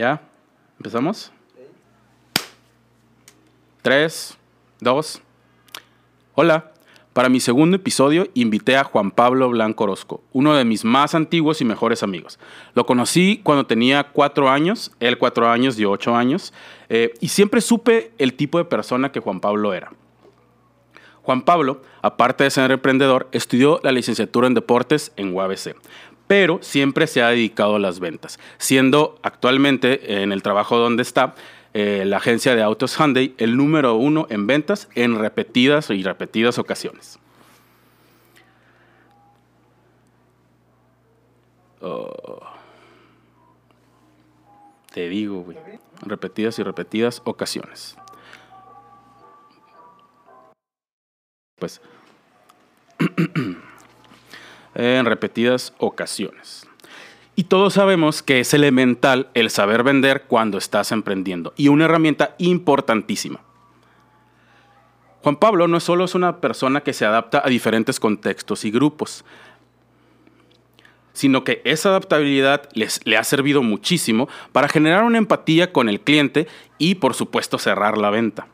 ¿Ya? ¿Empezamos? 3, 2. Hola. Para mi segundo episodio invité a Juan Pablo Blanco Orozco, uno de mis más antiguos y mejores amigos. Lo conocí cuando tenía 4 años, él 4 años, yo 8 años, y siempre supe el tipo de persona que Juan Pablo era. Juan Pablo, aparte de ser emprendedor, estudió la licenciatura en deportes en UABC, pero siempre se ha dedicado a las ventas, siendo actualmente en el trabajo donde está, la agencia de autos Hyundai, el número 1 en ventas en repetidas ocasiones. Te digo, güey. Repetidas ocasiones. Pues, en repetidas ocasiones. Y todos sabemos que es elemental el saber vender cuando estás emprendiendo y una herramienta importantísima. Juan Pablo no solo es una persona que se adapta a diferentes contextos y grupos, sino que esa adaptabilidad le ha servido muchísimo para generar una empatía con el cliente y, por supuesto, cerrar la venta.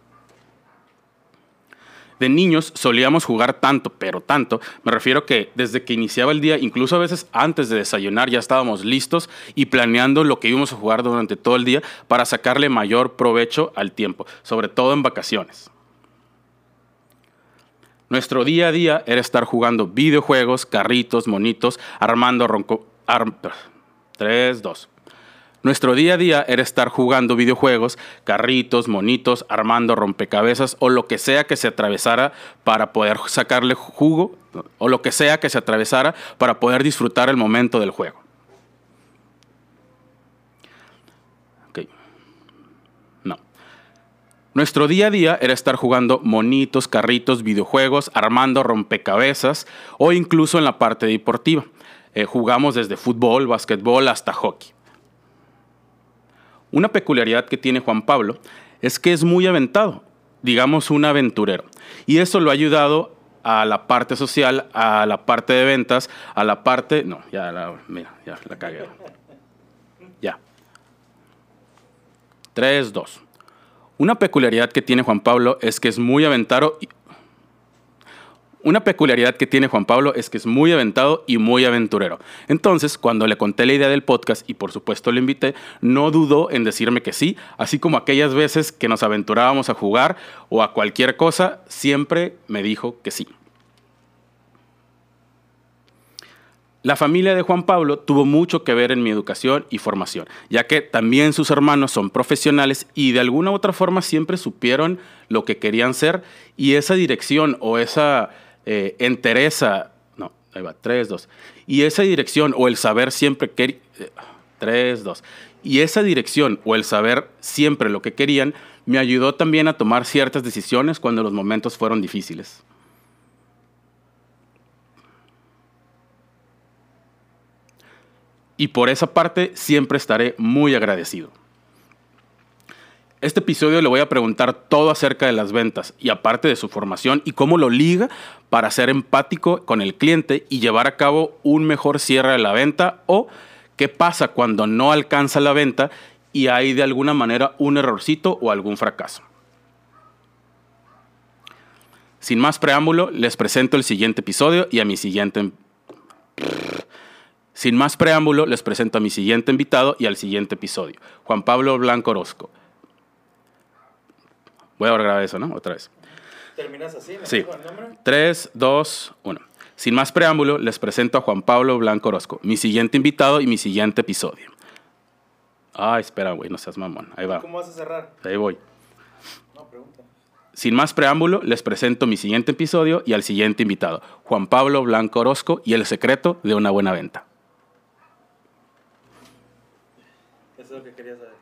De niños solíamos jugar tanto, pero tanto, me refiero que desde que iniciaba el día, incluso a veces antes de desayunar, ya estábamos listos y planeando lo que íbamos a jugar durante todo el día para sacarle mayor provecho al tiempo, sobre todo en vacaciones. Nuestro día a día era estar jugando videojuegos, carritos, monitos, armando 3, 2. Nuestro día a día era estar jugando videojuegos, carritos, monitos, armando rompecabezas o lo que sea que se atravesara para poder sacarle jugo o lo que sea que se atravesara para poder disfrutar el momento del juego. Okay. No. Nuestro día a día era estar jugando monitos, carritos, videojuegos, armando rompecabezas o incluso en la parte deportiva. Jugamos desde fútbol, básquetbol hasta hockey. Una peculiaridad que tiene Juan Pablo es que es muy aventado, digamos un aventurero. Y eso lo ha ayudado a la parte social, a la parte de ventas, a la parte... No, mira, ya la cagué. Ya. 3, 2. Una peculiaridad que tiene Juan Pablo es que es muy aventado. Una peculiaridad que tiene Juan Pablo es que es muy aventado y muy aventurero. Entonces, cuando le conté la idea del podcast y por supuesto le invité, no dudó en decirme que sí, así como aquellas veces que nos aventurábamos a jugar o a cualquier cosa, siempre me dijo que sí. La familia de Juan Pablo tuvo mucho que ver en mi educación y formación, ya que también sus hermanos son profesionales y de alguna u otra forma siempre supieron lo que querían ser y esa dirección o esa... entereza, no, ahí va, 3, 2. Y esa dirección o el saber siempre que 3, 2. Y esa dirección o el saber siempre lo que querían me ayudó también a tomar ciertas decisiones cuando los momentos fueron difíciles. Y por esa parte siempre estaré muy agradecido. Este episodio le voy a preguntar todo acerca de las ventas y aparte de su formación y cómo lo liga para ser empático con el cliente y llevar a cabo un mejor cierre de la venta o qué pasa cuando no alcanza la venta y hay de alguna manera un errorcito o algún fracaso. Sin más preámbulo, les presento el siguiente episodio y a mi siguiente... Sin más preámbulo, les presento a mi siguiente invitado y al siguiente episodio, Juan Pablo Blanco Orozco. Voy a grabar eso, ¿no? Otra vez. ¿Terminas así? ¿Me Sí. dijo el nombre? 3, 2, 1. Sin más preámbulo, les presento a Juan Pablo Blanco Orozco, mi siguiente invitado y mi siguiente episodio. Ay, espera, güey, no seas mamón. Ahí va. ¿Cómo vas a cerrar? Ahí voy. No, pregunta. Sin más preámbulo, les presento mi siguiente episodio y al siguiente invitado, Juan Pablo Blanco Orozco y el secreto de una buena venta. Eso es lo que quería saber.